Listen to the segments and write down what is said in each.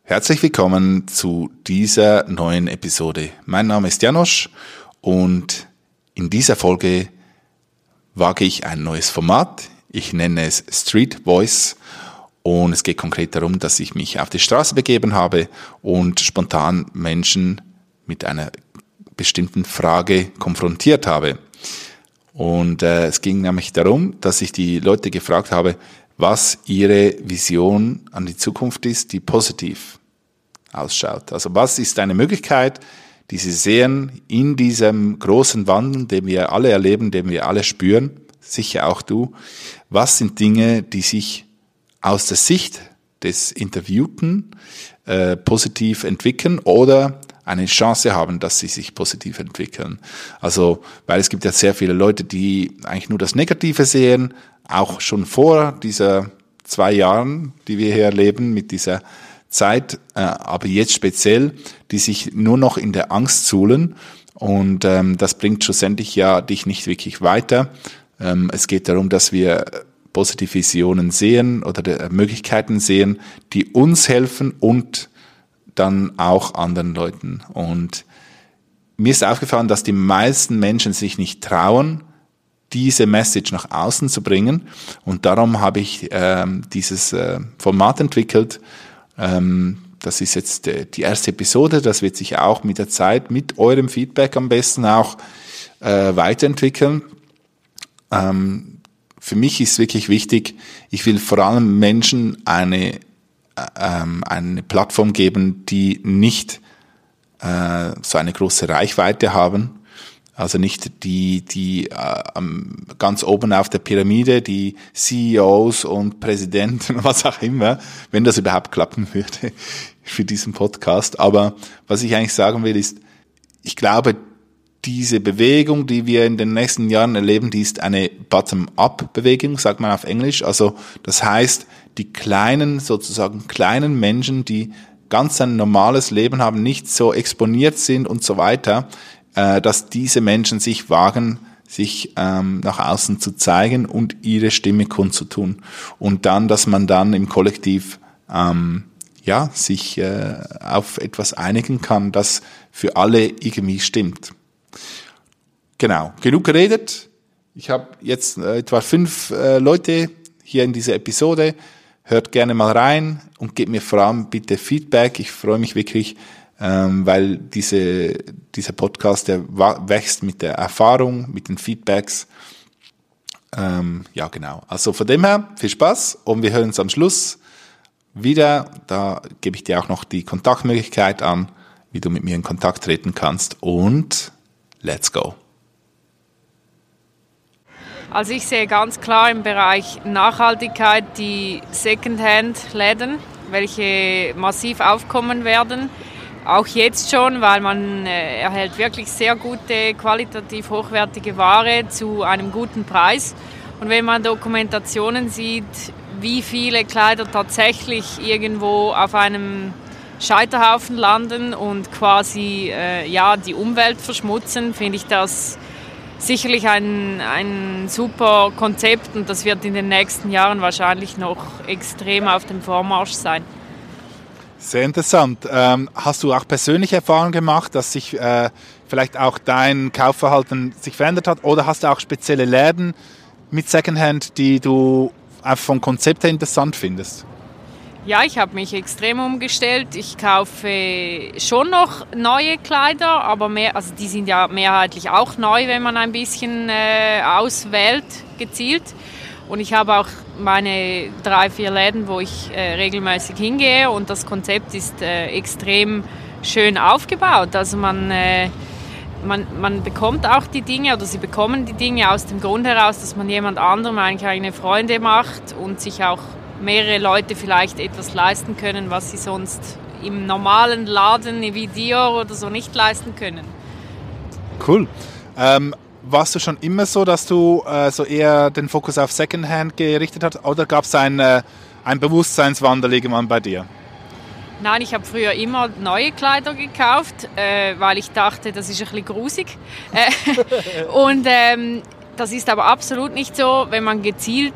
Herzlich willkommen zu dieser neuen Episode. Mein Name ist Janosch und in dieser Folge wage ich ein neues Format. Ich nenne es Street Voice und es geht konkret darum, dass ich mich auf die Straße begeben habe und spontan Menschen mit einer bestimmten Frage konfrontiert habe. Und es ging nämlich darum, dass ich die Leute gefragt habe, was ihre Vision an die Zukunft ist, die positiv ausschaut. Also was ist eine Möglichkeit, die Sie sehen in diesem großen Wandel, den wir alle erleben, den wir alle spüren, sicher auch du. Was sind Dinge, die sich aus der Sicht des Interviewten positiv entwickeln oder eine Chance haben, dass sie sich positiv entwickeln. Also, weil es gibt ja sehr viele Leute, die eigentlich nur das Negative sehen, auch schon vor dieser 2 Jahren, die wir hier erleben, mit dieser Zeit, aber jetzt speziell, die sich nur noch in der Angst suhlen und das bringt schlussendlich ja dich nicht wirklich weiter. Es geht darum, dass wir positive Visionen sehen oder Möglichkeiten sehen, die uns helfen und dann auch anderen Leuten. Und mir ist aufgefallen, dass die meisten Menschen sich nicht trauen, diese Message nach außen zu bringen. Und darum habe ich dieses Format entwickelt. Das ist jetzt die erste Episode. Das wird sich auch mit der Zeit, mit eurem Feedback am besten auch weiterentwickeln. Für mich ist wirklich wichtig, ich will vor allem Menschen eine Plattform geben, die nicht so eine große Reichweite haben. Also nicht die ganz oben auf der Pyramide, die CEOs und Präsidenten, was auch immer, wenn das überhaupt klappen würde für diesen Podcast. Aber was ich eigentlich sagen will, ist, ich glaube, diese Bewegung, die wir in den nächsten Jahren erleben, die ist eine Bottom-up-Bewegung, sagt man auf Englisch. Also das heißt, die kleinen Menschen, die ganz ein normales Leben haben, nicht so exponiert sind und so weiter, dass diese Menschen sich wagen, sich nach außen zu zeigen und ihre Stimme kundzutun. Und dann, dass man dann im Kollektiv sich auf etwas einigen kann, das für alle irgendwie stimmt. Genau, genug geredet. Ich habe jetzt etwa 5 Leute hier in dieser Episode. Hört gerne mal rein und gebt mir vor allem bitte Feedback. Ich freue mich wirklich, weil dieser Podcast, der wächst mit der Erfahrung, mit den Feedbacks. Genau. Also von dem her, viel Spaß und wir hören uns am Schluss wieder. Da gebe ich dir auch noch die Kontaktmöglichkeit an, wie du mit mir in Kontakt treten kannst und let's go. Also ich sehe ganz klar im Bereich Nachhaltigkeit die Secondhand-Läden, welche massiv aufkommen werden. Auch jetzt schon, weil man erhält wirklich sehr gute, qualitativ hochwertige Ware zu einem guten Preis. Und wenn man Dokumentationen sieht, wie viele Kleider tatsächlich irgendwo auf einem Scheiterhaufen landen und quasi die Umwelt verschmutzen, finde ich das sicherlich ein super Konzept und das wird in den nächsten Jahren wahrscheinlich noch extrem auf dem Vormarsch sein. Sehr interessant. Hast du auch persönliche Erfahrungen gemacht, dass sich vielleicht auch dein Kaufverhalten sich verändert hat oder hast du auch spezielle Läden mit Secondhand, die du einfach vom Konzept her interessant findest? Ja, ich habe mich extrem umgestellt. Ich kaufe schon noch neue Kleider, aber die sind ja mehrheitlich auch neu, wenn man ein bisschen auswählt, gezielt. Und ich habe auch meine 3-4 Läden, wo ich regelmäßig hingehe und das Konzept ist extrem schön aufgebaut. Also man bekommt auch die Dinge oder sie bekommen die Dinge aus dem Grund heraus, dass man jemand anderem eigentlich eine Freude macht und sich auch mehrere Leute vielleicht etwas leisten können, was sie sonst im normalen Laden wie Dior oder so nicht leisten können. Cool. Warst du schon immer so, dass du so eher den Fokus auf Secondhand gerichtet hast oder gab es ein Bewusstseinswandel irgendwann bei dir? Nein, ich habe früher immer neue Kleider gekauft, weil ich dachte, das ist ein bisschen grusig. Und das ist aber absolut nicht so, wenn man gezielt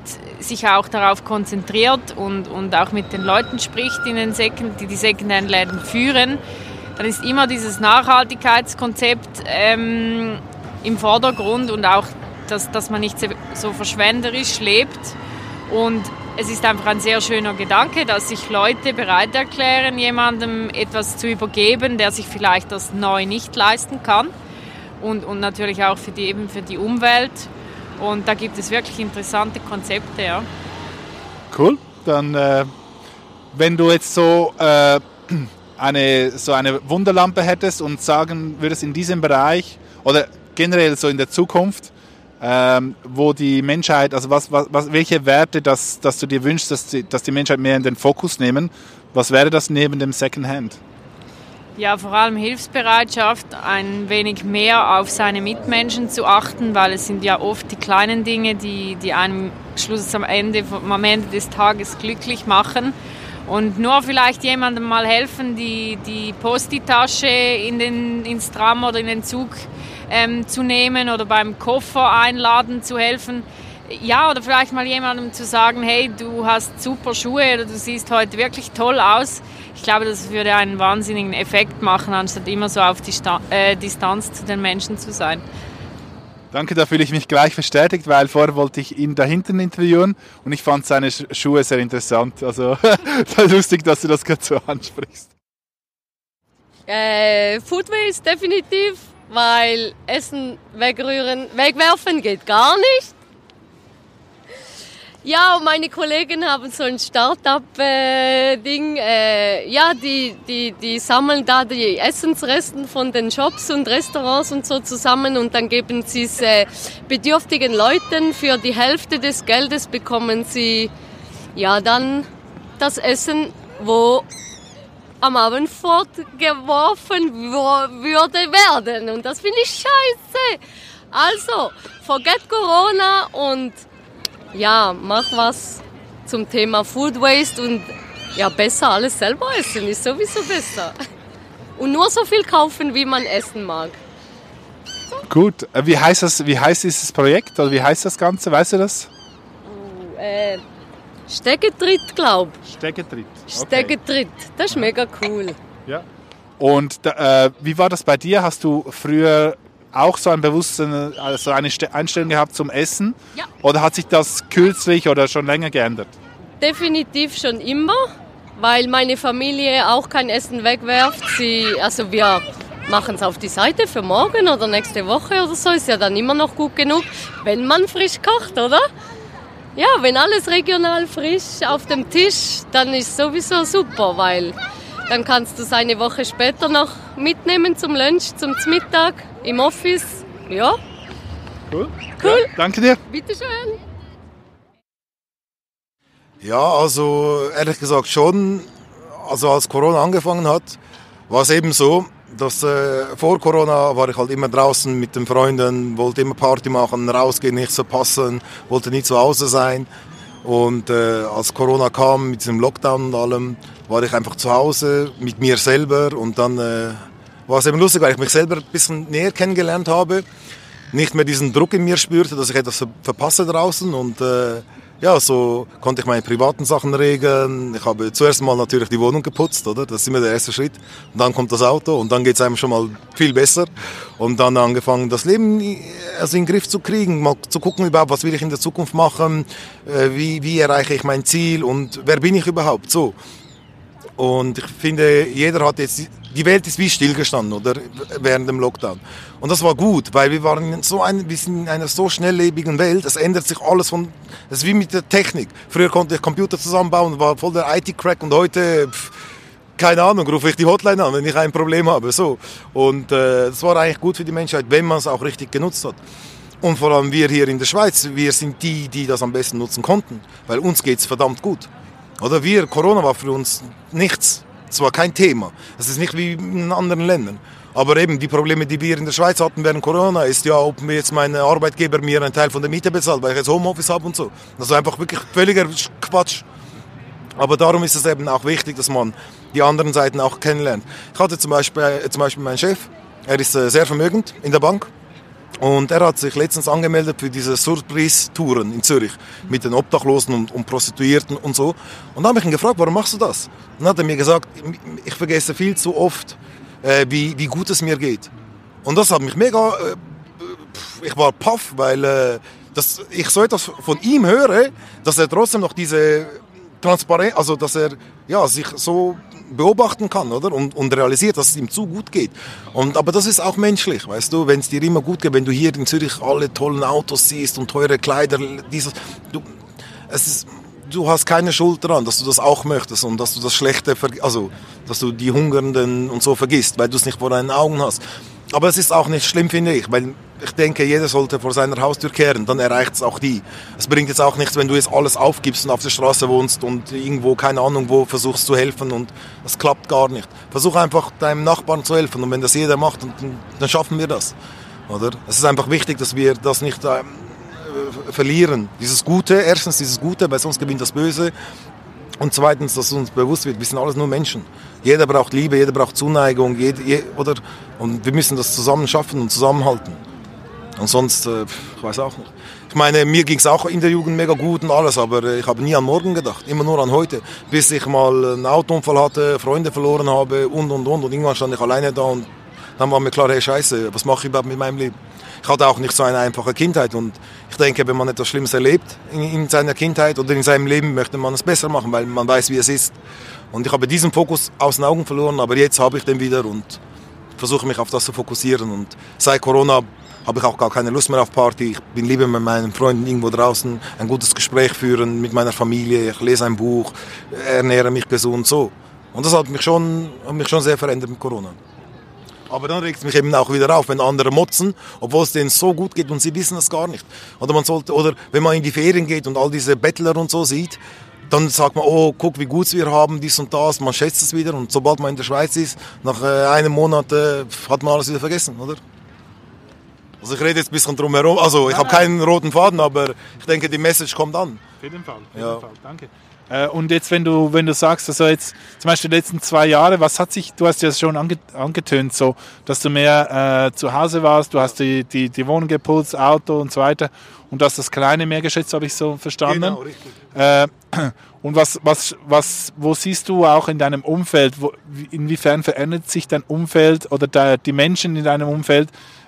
sich auch darauf konzentriert und auch mit den Leuten spricht, die die Secondhand-Läden führen, dann ist immer dieses Nachhaltigkeitskonzept im Vordergrund und auch, dass man nicht so verschwenderisch lebt. Und es ist einfach ein sehr schöner Gedanke, dass sich Leute bereit erklären, jemandem etwas zu übergeben, der sich vielleicht das neu nicht leisten kann. Und natürlich auch für die Umwelt. Und da gibt es wirklich interessante Konzepte. Ja. Cool. Dann, wenn du jetzt so eine Wunderlampe hättest und sagen würdest, in diesem Bereich oder generell so in der Zukunft, wo die Menschheit, also welche Werte, dass du dir wünschst, dass die Menschheit mehr in den Fokus nehmen, was wäre das neben dem Secondhand? Ja, vor allem Hilfsbereitschaft, ein wenig mehr auf seine Mitmenschen zu achten, weil es sind ja oft die kleinen Dinge, die einem am Ende des Tages glücklich machen. Und nur vielleicht jemandem mal helfen, die Posti-Tasche ins Tram oder in den Zug zu nehmen oder beim Koffer einladen zu helfen. Ja, oder vielleicht mal jemandem zu sagen, hey, du hast super Schuhe oder du siehst heute wirklich toll aus. Ich glaube, das würde einen wahnsinnigen Effekt machen, anstatt immer so auf Distanz zu den Menschen zu sein. Danke, da fühle ich mich gleich bestätigt, weil vorher wollte ich ihn da hinten interviewen und ich fand seine Schuhe sehr interessant. Also lustig, dass du das gerade so ansprichst. Food Waste definitiv, weil Essen wegwerfen geht gar nicht. Ja, und meine Kollegen haben so ein Start-up-Ding. Die sammeln da die Essensresten von den Shops und Restaurants und so zusammen und dann geben sie es bedürftigen Leuten. Für die Hälfte des Geldes bekommen sie ja dann das Essen, wo am Abend fortgeworfen würde werden. Und das finde ich scheiße. Also, forget Corona und ja, mach was zum Thema Food Waste und ja, besser alles selber essen, ist sowieso besser. Und nur so viel kaufen, wie man essen mag. Gut, wie heißt dieses Projekt oder wie heißt das Ganze, weißt du das? Stecketritt, glaube ich. Stecketritt. Okay. Stecketritt, das ist mega cool. Ja. Und wie war das bei dir? Hast du früher auch so ein Bewusstsein, also eine Einstellung gehabt zum Essen? Ja. Oder hat sich das kürzlich oder schon länger geändert? Definitiv schon immer, weil meine Familie auch kein Essen wegwirft. Wir machen es auf die Seite für morgen oder nächste Woche oder so. Ist ja dann immer noch gut genug, wenn man frisch kocht, oder? Ja, wenn alles regional frisch auf dem Tisch, dann ist sowieso super, weil dann kannst du es eine Woche später noch mitnehmen zum Lunch, zum Mittag im Office. Ja. Cool. Ja, danke dir. Bitteschön. Ja, also ehrlich gesagt schon. Also als Corona angefangen hat, war es eben so, dass vor Corona war ich halt immer draußen mit den Freunden, wollte immer Party machen, rausgehen, nicht so passen, wollte nie zu Hause sein. Und als Corona kam mit diesem Lockdown und allem, war ich einfach zu Hause mit mir selber und dann war es eben lustig, weil ich mich selber ein bisschen näher kennengelernt habe, nicht mehr diesen Druck in mir spürte, dass ich etwas verpasse draußen und so konnte ich meine privaten Sachen regeln. Ich habe zuerst mal natürlich die Wohnung geputzt, oder? Das ist immer der erste Schritt. Und dann kommt das Auto und dann geht es einem schon mal viel besser. Und dann angefangen, das Leben also in den Griff zu kriegen, mal zu gucken überhaupt, was will ich in der Zukunft machen, wie erreiche ich mein Ziel und wer bin ich überhaupt, so. Und ich finde, jeder hat jetzt, die Welt ist wie stillgestanden, oder? Während dem Lockdown. Und das war gut, weil wir sind in einer so schnelllebigen Welt, es ändert sich alles das ist wie mit der Technik. Früher konnte ich Computer zusammenbauen, war voll der IT-Crack und heute, keine Ahnung, rufe ich die Hotline an, wenn ich ein Problem habe, so. Und das war eigentlich gut für die Menschheit, wenn man es auch richtig genutzt hat. Und vor allem wir hier in der Schweiz, wir sind die das am besten nutzen konnten, weil uns geht's verdammt gut. Oder Corona war für uns nichts. Es war kein Thema. Es ist nicht wie in anderen Ländern. Aber eben die Probleme, die wir in der Schweiz hatten während Corona, ist ja, ob mir jetzt mein Arbeitgeber mir einen Teil von der Miete bezahlt, weil ich jetzt Homeoffice habe und so. Das ist einfach wirklich völliger Quatsch. Aber darum ist es eben auch wichtig, dass man die anderen Seiten auch kennenlernt. Ich hatte zum Beispiel meinen Chef, er ist sehr vermögend in der Bank. Und er hat sich letztens angemeldet für diese Surprise-Touren in Zürich mit den Obdachlosen und Prostituierten und so. Und dann habe ich ihn gefragt, warum machst du das? Und dann hat er mir gesagt, ich vergesse viel zu oft, wie gut es mir geht. Und das hat mich mega... ich war paff, weil ich so etwas von ihm höre, dass er trotzdem noch diese Transparenz, also dass er sich so beobachten kann, oder? Und realisiert, dass es ihm zu gut geht. Aber das ist auch menschlich, weißt du, wenn es dir immer gut geht, wenn du hier in Zürich alle tollen Autos siehst und teure Kleider, du hast keine Schuld daran, dass du das auch möchtest und dass du das Schlechte, dass du die Hungernden und so vergisst, weil du es nicht vor deinen Augen hast. Aber es ist auch nicht schlimm, finde ich, weil ich denke, jeder sollte vor seiner Haustür kehren, dann erreicht es auch die. Es bringt jetzt auch nichts, wenn du jetzt alles aufgibst und auf der Straße wohnst und irgendwo, keine Ahnung wo, versuchst zu helfen und es klappt gar nicht. Versuch einfach deinem Nachbarn zu helfen und wenn das jeder macht, dann schaffen wir das. Oder? Es ist einfach wichtig, dass wir das nicht verlieren. Dieses Gute, erstens dieses Gute, weil sonst gewinnt das Böse. Und zweitens, dass uns bewusst wird, wir sind alles nur Menschen. Jeder braucht Liebe, jeder braucht Zuneigung, und wir müssen das zusammen schaffen und zusammenhalten. Und sonst, ich weiß auch nicht. Ich meine, mir ging es auch in der Jugend mega gut und alles, aber ich habe nie an morgen gedacht, immer nur an heute. Bis ich mal einen Autounfall hatte, Freunde verloren habe und. Und irgendwann stand ich alleine da und dann war mir klar, hey Scheiße, was mache ich überhaupt mit meinem Leben? Ich hatte auch nicht so eine einfache Kindheit und ich denke, wenn man etwas Schlimmes erlebt in seiner Kindheit oder in seinem Leben, möchte man es besser machen, weil man weiß, wie es ist. Und ich habe diesen Fokus aus den Augen verloren, aber jetzt habe ich den wieder und versuche mich auf das zu fokussieren. Und seit Corona habe ich auch gar keine Lust mehr auf Party. Ich bin lieber mit meinen Freunden irgendwo draußen, ein gutes Gespräch führen mit meiner Familie, ich lese ein Buch, ernähre mich gesund, so. Und das hat mich schon sehr verändert mit Corona. Aber dann regt es mich eben auch wieder auf, wenn andere motzen, obwohl es denen so gut geht und sie wissen es gar nicht. Oder wenn man in die Ferien geht und all diese Bettler und so sieht, dann sagt man, oh, guck, wie gut wir haben, dies und das, man schätzt es wieder. Und sobald man in der Schweiz ist, nach einem Monat hat man alles wieder vergessen, oder? Also ich rede jetzt ein bisschen drum herum, also ich habe keinen roten Faden, aber ich denke, die Message kommt an. Auf jeden Fall, danke. Und jetzt, wenn du sagst, also jetzt zum Beispiel die letzten 2 Jahre, du hast ja schon angetönt, so, dass du mehr zu Hause warst, du hast die Wohnung geputzt, Auto und so weiter und du hast das Kleine mehr geschätzt, habe ich so verstanden. Genau, richtig. Und wo siehst du auch in deinem Umfeld, inwiefern verändert sich dein Umfeld oder die Menschen in deinem Umfeld,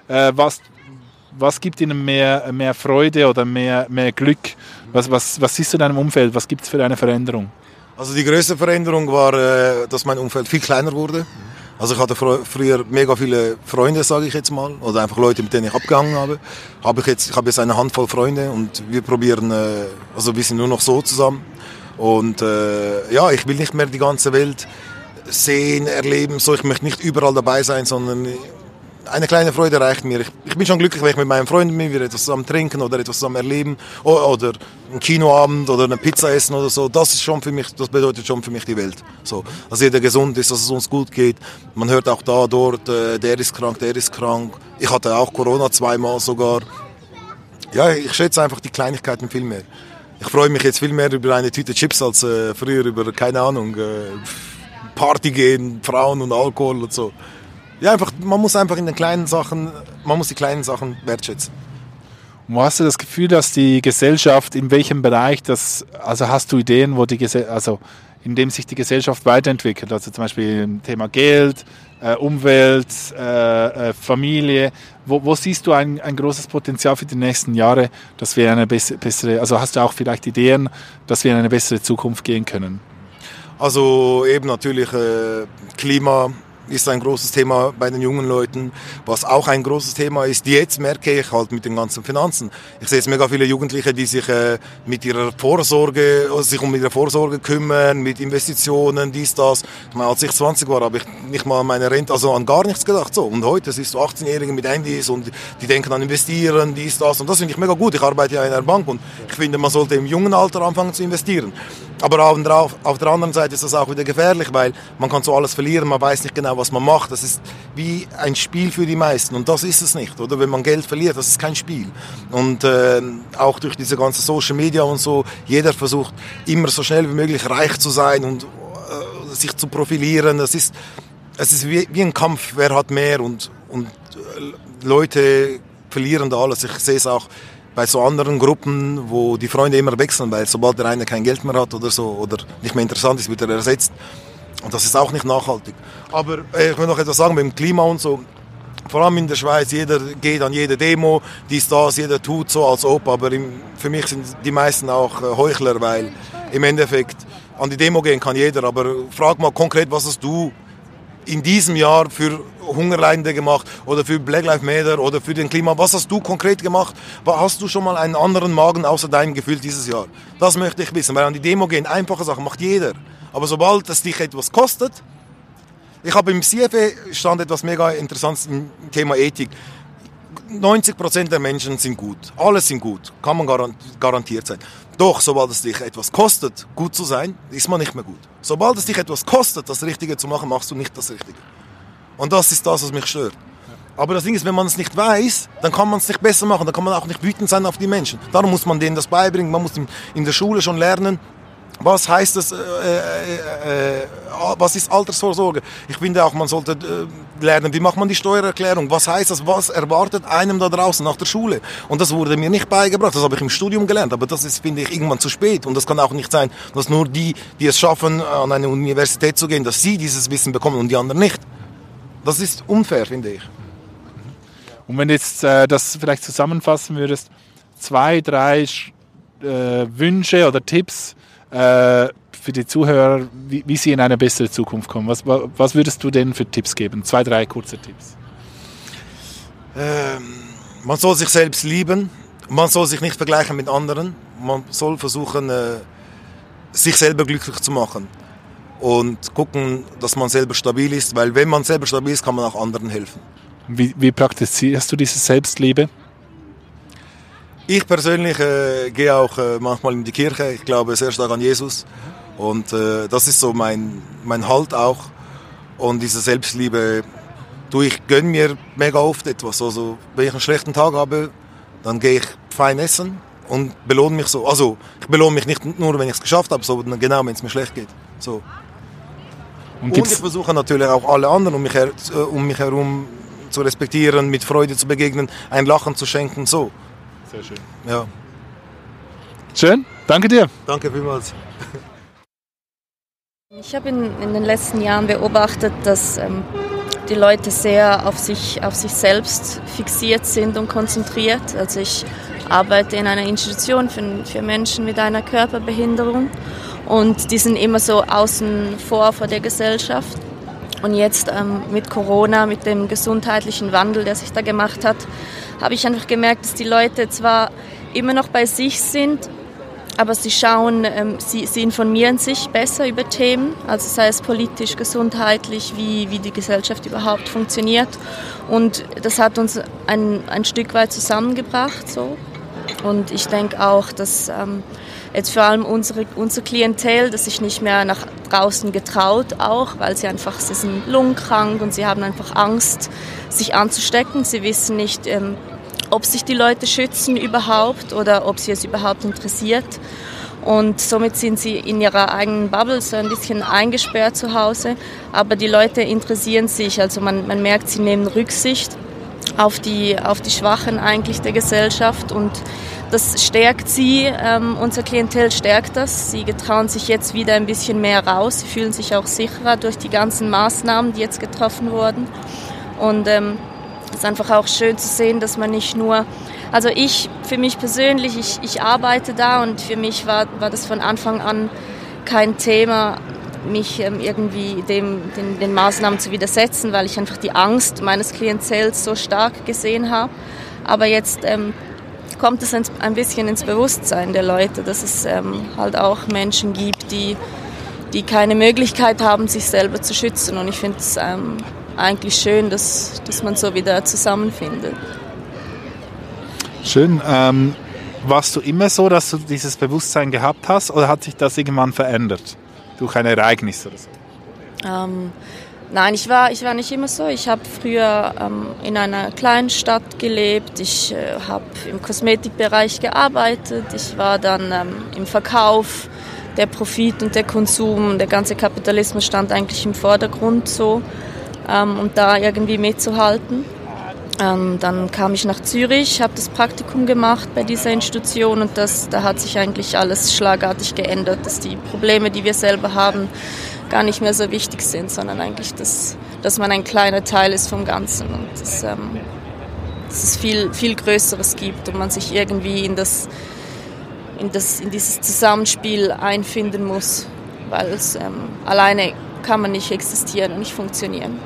was gibt ihnen mehr Freude oder mehr Glück? Was siehst du in deinem Umfeld? Was gibt es für eine Veränderung? Also die größte Veränderung war, dass mein Umfeld viel kleiner wurde. Also ich hatte früher mega viele Freunde, sage ich jetzt mal, oder einfach Leute, mit denen ich abgehangen habe. Ich habe jetzt eine Handvoll Freunde und wir probieren, wir sind nur noch so zusammen. Und ich will nicht mehr die ganze Welt sehen, erleben, so. Ich möchte nicht überall dabei sein, sondern eine kleine Freude reicht mir. Ich bin schon glücklich, wenn ich mit meinen Freunden bin, wir etwas zusammen trinken oder etwas zusammen erleben oder einen Kinoabend oder eine Pizza essen oder so. Das bedeutet schon für mich die Welt. So, dass jeder gesund ist, dass es uns gut geht. Man hört auch dort, der ist krank. Ich hatte auch Corona 2-mal sogar. Ja, ich schätze einfach die Kleinigkeiten viel mehr. Ich freue mich jetzt viel mehr über eine Tüte Chips als früher über, keine Ahnung, Party gehen, Frauen und Alkohol und so. Ja, man muss die kleinen Sachen wertschätzen. Und wo hast du das Gefühl, dass die Gesellschaft, in welchem Bereich hast du Ideen, in dem sich die Gesellschaft weiterentwickelt? Also zum Beispiel im Thema Geld, Umwelt, Familie. Wo siehst du ein großes Potenzial für die nächsten Jahre, dass wir eine bessere, also hast du auch vielleicht Ideen, dass wir in eine bessere Zukunft gehen können? Also eben natürlich Klima ist ein großes Thema bei den jungen Leuten. Was auch ein großes Thema ist, jetzt merke ich halt mit den ganzen Finanzen. Ich sehe jetzt mega viele Jugendliche, die sich um ihre Vorsorge kümmern, mit Investitionen, dies, das. Ich meine, als ich 20 war, habe ich nicht mal an meine Rente, also an gar nichts gedacht. So. Und heute siehst du 18-Jährige mit Handys und die denken an Investieren, dies, das. Und das finde ich mega gut. Ich arbeite ja in einer Bank und ich finde, man sollte im jungen Alter anfangen zu investieren. Aber auf der anderen Seite ist das auch wieder gefährlich, weil man kann so alles verlieren, man weiß nicht genau, was man macht. Das ist wie ein Spiel für die meisten und das ist es nicht, oder? Wenn man Geld verliert, das ist kein Spiel. Und auch durch diese ganze Social Media und so, jeder versucht immer so schnell wie möglich reich zu sein und sich zu profilieren. Es ist wie ein Kampf, wer hat mehr und Leute verlieren da alles. Ich sehe es auch bei so anderen Gruppen, wo die Freunde immer wechseln, weil sobald der eine kein Geld mehr hat oder so oder nicht mehr interessant ist, wird er ersetzt. Und das ist auch nicht nachhaltig. Aber ich will noch etwas sagen mit dem Klima und so. Vor allem in der Schweiz, jeder geht an jede Demo, dies, das, jeder tut so, als ob. Aber für mich sind die meisten auch Heuchler, weil im Endeffekt an die Demo gehen kann jeder. Aber frag mal konkret, was hast du in diesem Jahr für Hungerleidende gemacht oder für Black Lives Matter oder für den Klima? Was hast du konkret gemacht? Hast du schon mal einen anderen Magen außer deinem Gefühl dieses Jahr? Das möchte ich wissen, weil an die Demo gehen, einfache Sachen macht jeder. Aber sobald es dich etwas kostet, ich habe im CFE stand etwas mega Interessantes im Thema Ethik. 90% der Menschen sind gut. Alle sind gut. Kann man garantiert sein. Doch, sobald es dich etwas kostet, gut zu sein, ist man nicht mehr gut. Sobald es dich etwas kostet, das Richtige zu machen, machst du nicht das Richtige. Und das ist das, was mich stört. Aber das Ding ist, wenn man es nicht weiß, dann kann man es nicht besser machen. Dann kann man auch nicht wütend sein auf die Menschen. Darum muss man denen das beibringen. Man muss in der Schule schon lernen, was heißt das, was ist Altersvorsorge? Ich finde auch, man sollte lernen, wie macht man die Steuererklärung? Was heißt das? Was erwartet einem da draußen nach der Schule? Und das wurde mir nicht beigebracht. Das habe ich im Studium gelernt. Aber das ist, finde ich, irgendwann zu spät. Und das kann auch nicht sein, dass nur die es schaffen, an eine Universität zu gehen, dass sie dieses Wissen bekommen und die anderen nicht. Das ist unfair, finde ich. Und wenn du jetzt das vielleicht zusammenfassen würdest, 2, 3 Wünsche oder Tipps für die Zuhörer, wie sie in eine bessere Zukunft kommen. Was würdest du denen für Tipps geben? 2, 3 kurze Tipps. Man soll sich selbst lieben. Man soll sich nicht vergleichen mit anderen. Man soll versuchen, sich selber glücklich zu machen. Und gucken, dass man selber stabil ist. Weil wenn man selber stabil ist, kann man auch anderen helfen. Wie praktizierst du diese Selbstliebe? Ich persönlich gehe auch manchmal in die Kirche. Ich glaube sehr stark an Jesus. Und das ist so mein Halt auch. Und diese Selbstliebe, ich gönne mir mega oft etwas. Also wenn ich einen schlechten Tag habe, dann gehe ich fein essen und belohne mich so. Also ich belohne mich nicht nur, wenn ich es geschafft habe, sondern genau, wenn es mir schlecht geht. So. Und ich versuche natürlich auch alle anderen um mich herum zu respektieren, mit Freude zu begegnen, ein Lachen zu schenken, so. Sehr schön. Ja. Schön, danke dir. Danke vielmals. Ich habe in den letzten Jahren beobachtet, dass die Leute sehr auf sich selbst fixiert sind und konzentriert. Also ich arbeite in einer Institution für Menschen mit einer Körperbehinderung und die sind immer so außen vor der Gesellschaft. Und jetzt mit Corona, mit dem gesundheitlichen Wandel, der sich da gemacht hat, habe ich einfach gemerkt, dass die Leute zwar immer noch bei sich sind, aber sie schauen, sie informieren sich besser über Themen, also sei es politisch, gesundheitlich, wie die Gesellschaft überhaupt funktioniert. Und das hat uns ein Stück weit zusammengebracht. So. Und ich denke auch, dass jetzt vor allem unser Klientel, das sich nicht mehr nach draußen getraut, auch, weil sie sind lungenkrank und sie haben einfach Angst, sich anzustecken. Sie wissen nicht, ob sich die Leute schützen überhaupt oder ob sie es überhaupt interessiert. Und somit sind sie in ihrer eigenen Bubble so ein bisschen eingesperrt zu Hause. Aber die Leute interessieren sich, also man merkt, sie nehmen Rücksicht auf die Schwachen eigentlich der Gesellschaft und das stärkt sie, unser Klientel stärkt das. Sie getrauen sich jetzt wieder ein bisschen mehr raus, sie fühlen sich auch sicherer durch die ganzen Maßnahmen, die jetzt getroffen wurden. Und es ist einfach auch schön zu sehen, dass man nicht nur, also für mich persönlich, ich arbeite da und für mich war das von Anfang an kein Thema, mich irgendwie den Maßnahmen zu widersetzen, weil ich einfach die Angst meines Klientels so stark gesehen habe. Aber jetzt kommt es ein bisschen ins Bewusstsein der Leute, dass es halt auch Menschen gibt, die keine Möglichkeit haben, sich selber zu schützen. Und ich finde es eigentlich schön, dass man so wieder zusammenfindet. Schön. Warst du immer so, dass du dieses Bewusstsein gehabt hast oder hat sich das irgendwann verändert? Durch ein Ereignis oder so? Nein, ich war nicht immer so. Ich habe früher in einer kleinen Stadt gelebt. Ich habe im Kosmetikbereich gearbeitet. Ich war dann im Verkauf. Der Profit und der Konsum, der ganze Kapitalismus stand eigentlich im Vordergrund so, um da irgendwie mitzuhalten. Dann kam ich nach Zürich, habe das Praktikum gemacht bei dieser Institution und da hat sich eigentlich alles schlagartig geändert, dass die Probleme, die wir selber haben, gar nicht mehr so wichtig sind, sondern eigentlich, dass man ein kleiner Teil ist vom Ganzen und dass es viel, viel Größeres gibt und man sich irgendwie in dieses Zusammenspiel einfinden muss, weil alleine kann man nicht existieren und nicht funktionieren.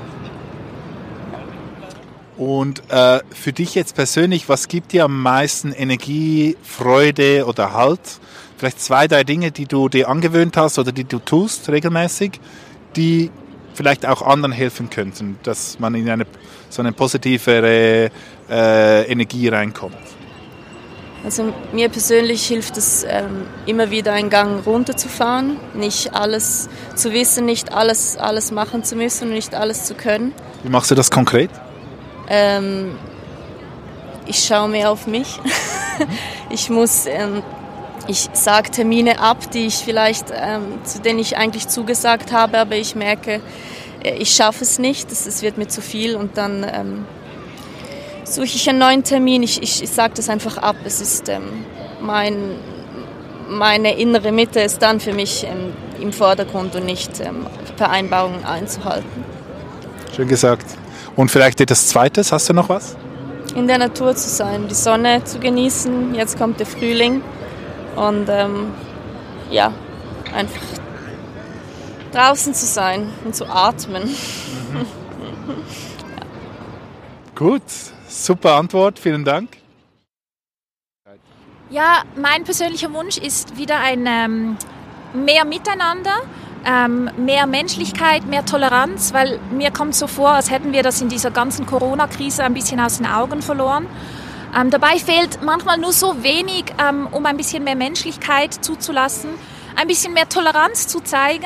Und für dich jetzt persönlich, was gibt dir am meisten Energie, Freude oder Halt? Vielleicht 2, 3 Dinge, die du dir angewöhnt hast oder die du tust regelmäßig, die vielleicht auch anderen helfen könnten, dass man in so eine positivere Energie reinkommt. Also mir persönlich hilft es, immer wieder einen Gang runterzufahren, nicht alles zu wissen, nicht alles machen zu müssen und nicht alles zu können. Wie machst du das konkret? Ich schaue mehr auf mich. Ich sage Termine ab, die ich vielleicht, zu denen ich eigentlich zugesagt habe, aber ich merke, ich schaffe es nicht, es wird mir zu viel und dann suche ich einen neuen Termin. Ich sage das einfach ab. Es ist meine innere Mitte ist dann für mich im Vordergrund und nicht Vereinbarungen einzuhalten. Schön gesagt. Und vielleicht etwas Zweites, hast du noch was? In der Natur zu sein, die Sonne zu genießen. Jetzt kommt der Frühling und einfach draußen zu sein und zu atmen. Mhm. Ja. Gut, super Antwort, vielen Dank. Ja, mein persönlicher Wunsch ist wieder ein mehr Miteinander. Mehr Menschlichkeit, mehr Toleranz, weil mir kommt so vor, als hätten wir das in dieser ganzen Corona-Krise ein bisschen aus den Augen verloren. Dabei fehlt manchmal nur so wenig, um ein bisschen mehr Menschlichkeit zuzulassen, ein bisschen mehr Toleranz zu zeigen,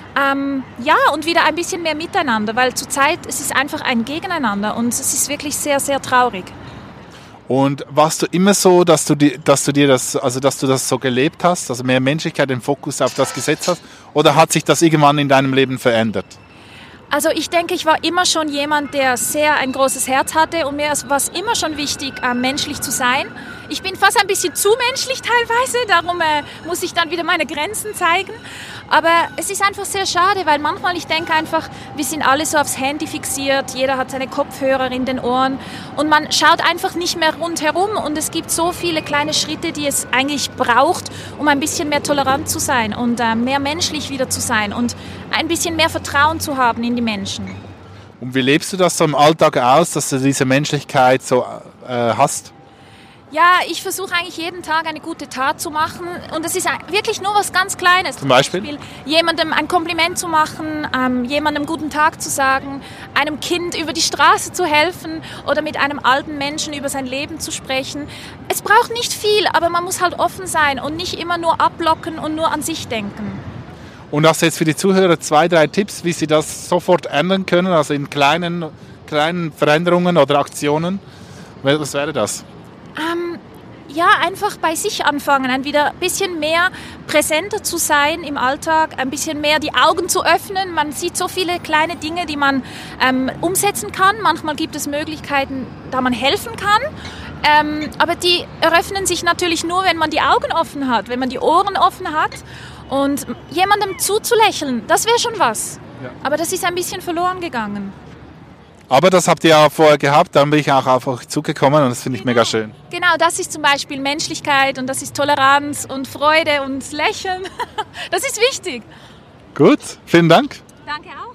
und wieder ein bisschen mehr Miteinander, weil zurzeit es ist einfach ein Gegeneinander und es ist wirklich sehr, sehr traurig. Und warst du immer so, dass du das so gelebt hast, also mehr Menschlichkeit, den Fokus auf das gesetzt hast, oder hat sich das irgendwann in deinem Leben verändert? Also ich denke, ich war immer schon jemand, der sehr ein großes Herz hatte und mir war es immer schon wichtig, menschlich zu sein. Ich bin fast ein bisschen zu menschlich teilweise, darum muss ich dann wieder meine Grenzen zeigen. Aber es ist einfach sehr schade, weil manchmal ich denke einfach, wir sind alle so aufs Handy fixiert, jeder hat seine Kopfhörer in den Ohren und man schaut einfach nicht mehr rundherum und es gibt so viele kleine Schritte, die es eigentlich braucht, um ein bisschen mehr tolerant zu sein und mehr menschlich wieder zu sein und ein bisschen mehr Vertrauen zu haben in die Menschen. Und wie lebst du das so im Alltag aus, dass du diese Menschlichkeit so hast? Ja, ich versuche eigentlich jeden Tag eine gute Tat zu machen und es ist wirklich nur was ganz Kleines. Zum Beispiel? Jemandem ein Kompliment zu machen, jemandem guten Tag zu sagen, einem Kind über die Straße zu helfen oder mit einem alten Menschen über sein Leben zu sprechen. Es braucht nicht viel, aber man muss halt offen sein und nicht immer nur abblocken und nur an sich denken. Und hast du jetzt für die Zuhörer 2, 3 Tipps, wie sie das sofort ändern können, also in kleinen Veränderungen oder Aktionen? Was wäre das? Einfach bei sich anfangen, wieder ein bisschen mehr präsenter zu sein im Alltag, ein bisschen mehr die Augen zu öffnen. Man sieht so viele kleine Dinge, die man umsetzen kann. Manchmal gibt es Möglichkeiten, da man helfen kann. Aber die eröffnen sich natürlich nur, wenn man die Augen offen hat, wenn man die Ohren offen hat. Und jemandem zuzulächeln, das wäre schon was. Ja. Aber das ist ein bisschen verloren gegangen. Aber das habt ihr ja vorher gehabt, dann bin ich auch auf euch zugekommen und das finde ich mega schön. Genau, das ist zum Beispiel Menschlichkeit und das ist Toleranz und Freude und Lächeln. Das ist wichtig. Gut, vielen Dank. Danke auch.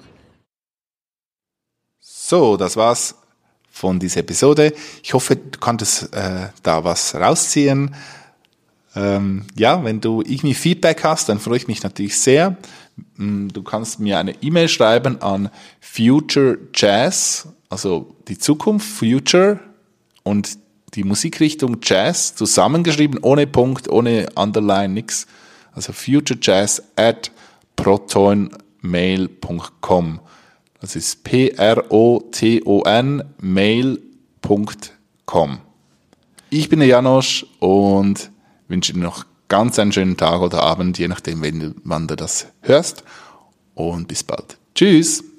So, das war's von dieser Episode. Ich hoffe, du konntest da was rausziehen. Wenn du irgendwie Feedback hast, dann freue ich mich natürlich sehr. Du kannst mir eine E-Mail schreiben an Future Jazz, also die Zukunft, Future und die Musikrichtung Jazz, zusammengeschrieben, ohne Punkt, ohne Underline, nix. Also futurejazz@protonmail.com. Das ist PROTON mail.com. Ich bin der Janosch und wünsche dir noch ganz einen schönen Tag oder Abend, je nachdem, wann du das hörst. Und bis bald. Tschüss!